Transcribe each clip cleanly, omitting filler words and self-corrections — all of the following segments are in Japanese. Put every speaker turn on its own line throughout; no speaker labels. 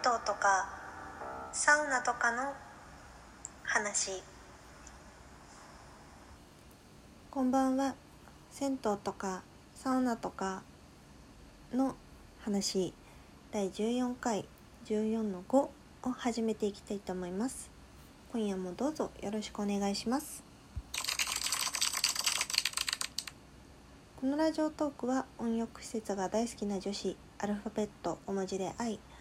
湯とかサウナとかの話。こんばんは。銭湯とかサウナとかの話第14回14-5を始めていきたいと思います。今夜もどうぞよろしくお願いします。このラジオトークは温浴施設が大好きな女子、アルファベット小文字で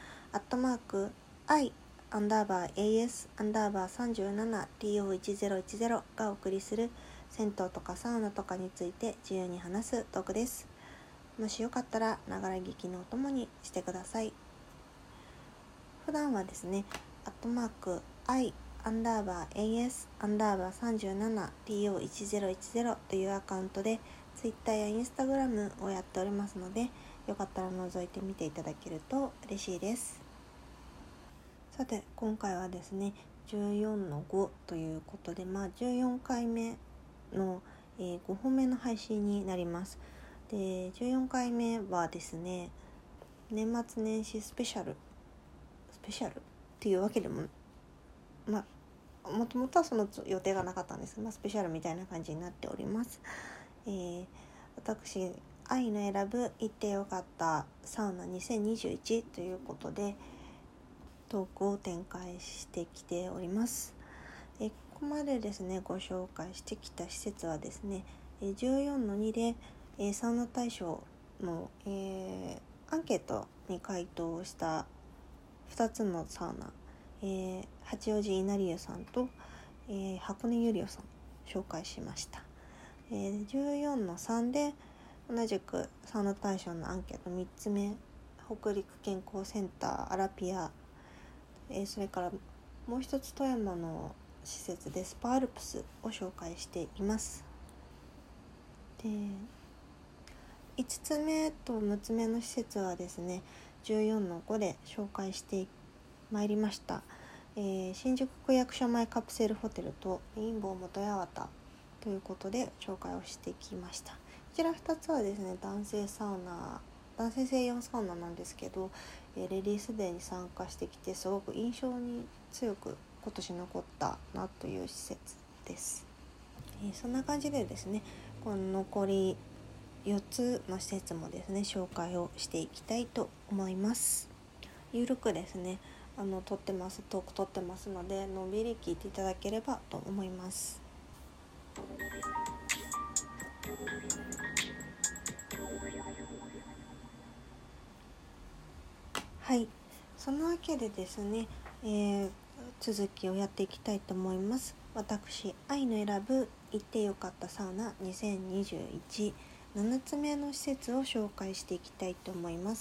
I _AS_37TO1010 がお送りする銭湯とかサウナとかについて自由に話すトークです。もしよかったらながら聞きのお供にしてください。普段はですね、I _AS_37TO1010 というアカウントでTwitter や Instagram をやっておりますので、よかったら覗いてみていただけると嬉しいです。さて、今回はですね、14-5ということで、14回目の、5本目の配信になります。で、14回目はですね、年末年始スペシャルっていうわけでも、もともとはその予定がなかったんですが、スペシャルみたいな感じになっております。私、愛の選ぶ行ってよかったサウナ2021ということでトークを展開してきております。ここまでですね、ご紹介してきた施設はですね、14-2で、サウナ大賞の、アンケートに回答した2つのサウナ、八王子稲荷湯さんと、箱根ゆりおさん紹介しました。14-3で同じくサウナ大賞のアンケート3つ目、北陸健康センターアラピア、それからもう一つ富山の施設でスパアルプスを紹介しています。で、5つ目と6つ目の施設はですね、14-5で紹介してまいりました。新宿区役所前カプセルホテルとレインボー元八幡ということで紹介をしてきました。こちら2つはですね、男性専用サウナなんですけど、レディースデーに参加してきてすごく印象に強く今年残ったなという施設です。そんな感じでですね、この残り4つの施設もですね、紹介をしていきたいと思います。ゆるくですね、トーク撮ってますので、のんびり聞いていただければと思います。はい、そのわけでですね、続きをやっていきたいと思います。私、愛の選ぶ行ってよかったサウナ2021、7つ目の施設を紹介していきたいと思います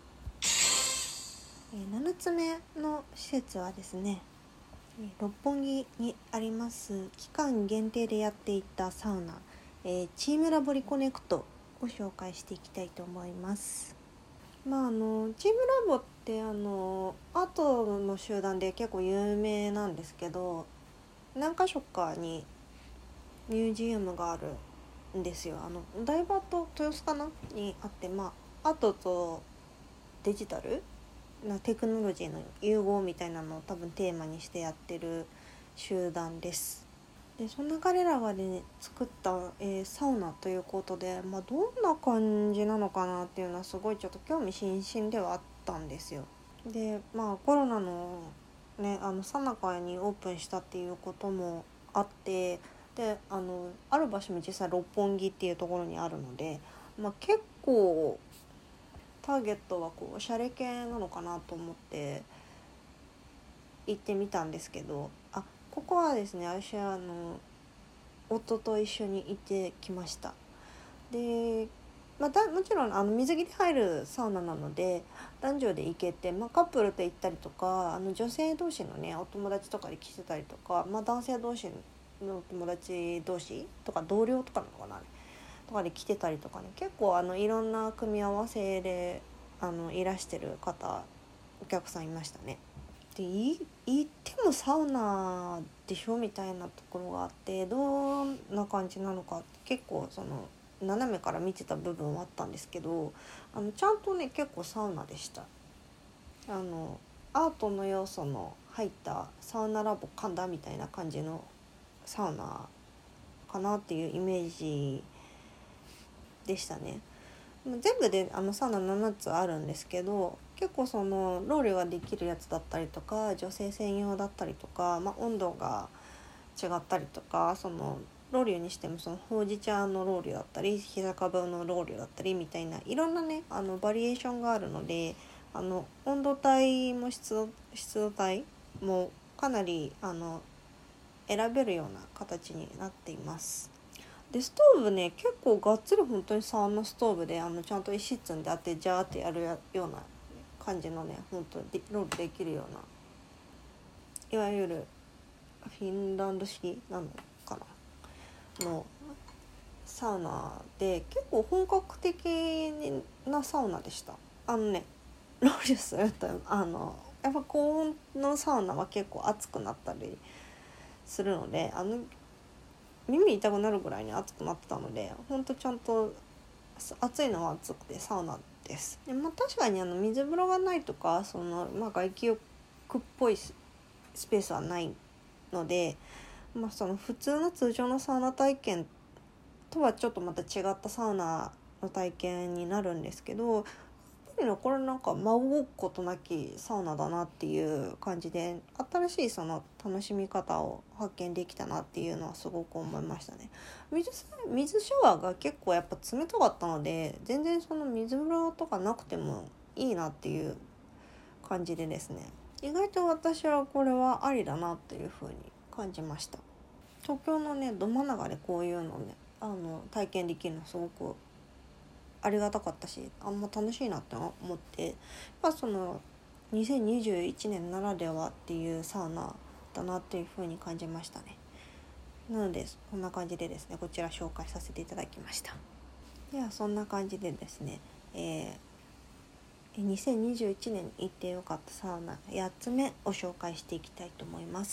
。7つ目の施設はですね、六本木にあります期間限定でやっていたサウナ、チームラボリコネクトを紹介していきたいと思います。チームラボってアートの集団で結構有名なんですけど、何か所かにミュージアムがあるんですよ。お台場と豊洲かなにあって、アートとデジタルなテクノロジーの融合みたいなのを多分テーマにしてやってる集団です。で、そんな彼らがね作った、サウナということで、どんな感じなのかなっていうのはすごいちょっと興味津々ではあったんですよ。で、コロナのね最中にオープンしたっていうこともあって、である場所も実際六本木っていうところにあるので、結構ターゲットはおしゃれ系なのかなと思って行ってみたんですけど、ここはですね、私は夫と一緒に行ってきました。で、もちろん水着で入るサウナなので男女で行けて、カップルと行ったりとか、女性同士のねお友達とかで来てたりとか、男性同士の友達同士とか同僚とかなのかなとかで来てたりとかね、結構いろんな組み合わせでいらしてる方、お客さんいましたね。で、行ってもサウナでしょみたいなところがあって、どんな感じなのか結構斜めから見てた部分はあったんですけど、ちゃんとね結構サウナでした。 アートの要素の入ったサウナラボ神田みたいな感じのサウナかなっていうイメージでしたね。全部でサウナ7つあるんですけど、結構そのロウリュができるやつだったりとか、女性専用だったりとか、温度が違ったりとか、そのロウリュにしてもそのほうじ茶のロウリュだったり、膝かぶのロウリュだったりみたいないろんなねバリエーションがあるので、温度帯も湿度帯もかなり選べるような形になっています。でストーブね、結構がっつり本当にサウナストーブでちゃんと石積んであってジャーってやるような感じのね、本当にロールできるような、いわゆるフィンランド式なのかなのサウナで、結構本格的なサウナでした。ロウリュするとやっぱ高温のサウナは結構熱くなったりするので、耳痛くなるぐらいに熱くなってたので、ほんとちゃんと暑いのは暑くてサウナです。で、確かに水風呂がないとか、その外気浴っぽいスペースはないので、その普通の通常のサウナ体験とはちょっとまた違ったサウナの体験になるんですけど、これなんか孫うことなきサウナだなっていう感じで、新しいその楽しみ方を発見できたなっていうのはすごく思いましたね。水シャワーが結構やっぱ冷たかったので、全然その水風呂とかなくてもいいなっていう感じでですね、意外と私はこれはありだなっていう風に感じました。東京のねど真ん中でこういうのね体験できるのすごくありがたかったし、楽しいなって思って、その2021年ならではっていうサウナだなっていう風に感じましたね。なのでそんな感じでですね、こちら紹介させていただきました。ではそんな感じでですね、2021年に行ってよかったサウナ8つ目を紹介していきたいと思います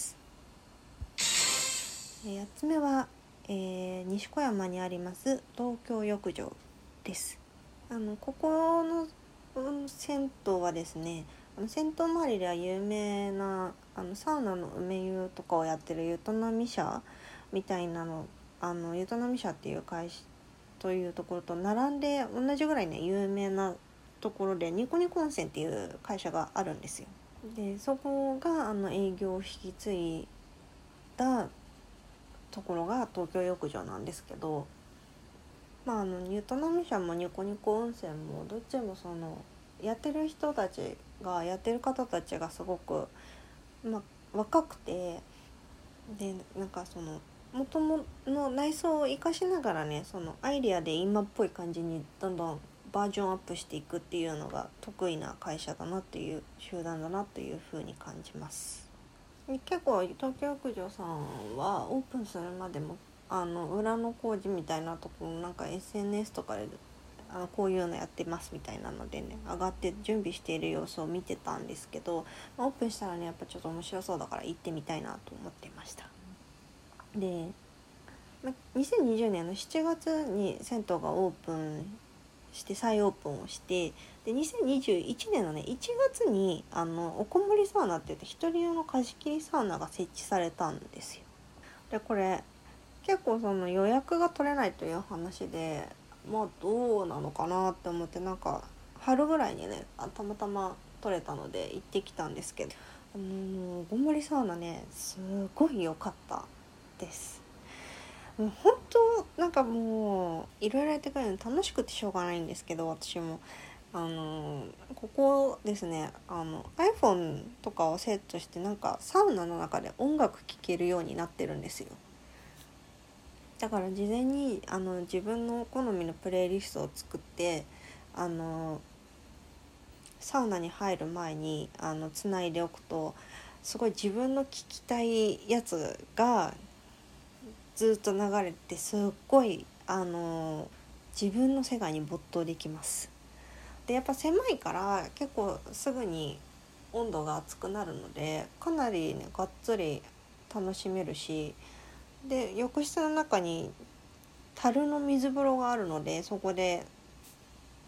。8つ目は、西小山にあります東京浴場です。ここの、銭湯はですね、銭湯周りでは有名なサウナの梅湯とかをやってる湯となみ社みたいなの、湯となみ社っていう会社というところと並んで同じぐらいね有名なところで、ニコニコ温泉っていう会社があるんですよ。でそこが営業を引き継いだところが東京浴場なんですけど、湯となみ社もニコニコ温泉もどっちもそのやってる方たちがすごく、若くて、でなんかその元の内装を生かしながらね、そのアイデアで今っぽい感じにどんどんバージョンアップしていくっていうのが得意な会社だなっていう集団だなっていう風に感じます。結構東京浴場さんはオープンするまでも裏の工事みたいなところなんか SNS とかでこういうのやってますみたいなのでね上がって準備している様子を見てたんですけど、オープンしたらねやっぱちょっと面白そうだから行ってみたいなと思ってました。で、2020年の7月に銭湯がオープンして再オープンをして、で2021年のね1月におこもりサウナって言って一人用の貸し切りサウナが設置されたんですよ。でこれ結構その予約が取れないという話で、どうなのかなって思って、なんか春ぐらいにねたまたま取れたので行ってきたんですけど、ごもりサウナねすごい良かったです。もう本当なんかもういろいろやってくれるの楽しくてしょうがないんですけど、私もここですねiPhone とかをセットしてなんかサウナの中で音楽聴けるようになってるんですよ。だから事前に自分の好みのプレイリストを作ってサウナに入る前につないでおくと、すごい自分の聞きたいやつがずっと流れて、すっごい自分の世界に没頭できます。でやっぱ狭いから結構すぐに温度が熱くなるので、かなりねがっつり楽しめるし、で浴室の中に樽の水風呂があるので、そこで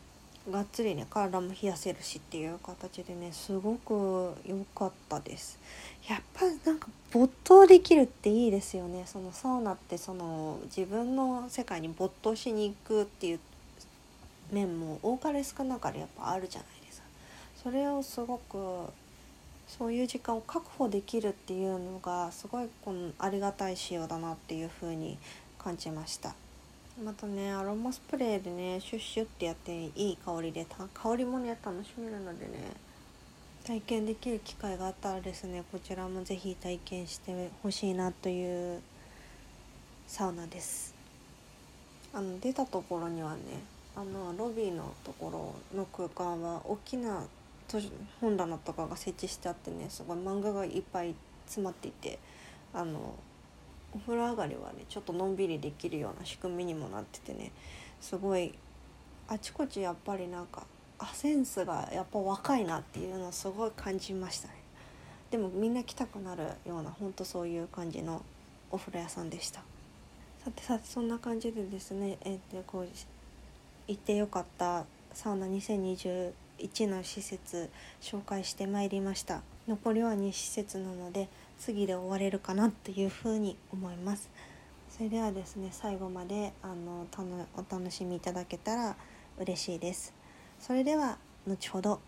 がっつりね体も冷やせるしっていう形でねすごく良かったです。やっぱなんか没頭できるっていいですよね。そのサウナってその自分の世界に没頭しに行くっていう面も多かれ少なかれやっぱあるじゃないですか。それをすごくそういう時間を確保できるっていうのがすごいこのありがたい仕様だなっていう風に感じました。またねアロマスプレーでねシュッシュってやっていい香りで香りもね楽しめるのでね体験できる機会があったらですねこちらもぜひ体験してほしいなというサウナです。出たところにはねロビーのところの空間は大きな本棚とかが設置してあってねすごい漫画がいっぱい詰まっていてお風呂上がりはねちょっとのんびりできるような仕組みにもなっててねすごいあちこちやっぱりなんかセンスがやっぱ若いなっていうのをすごい感じましたね。でもみんな来たくなるようなほんとそういう感じのお風呂屋さんでした。さてそんな感じでですね、こう行ってよかったサウナ2021の施設紹介してまいりました。残りは2施設なので次で終われるかなというふうに思います。それではですね最後までお楽しみいただけたら嬉しいです。それでは後ほど。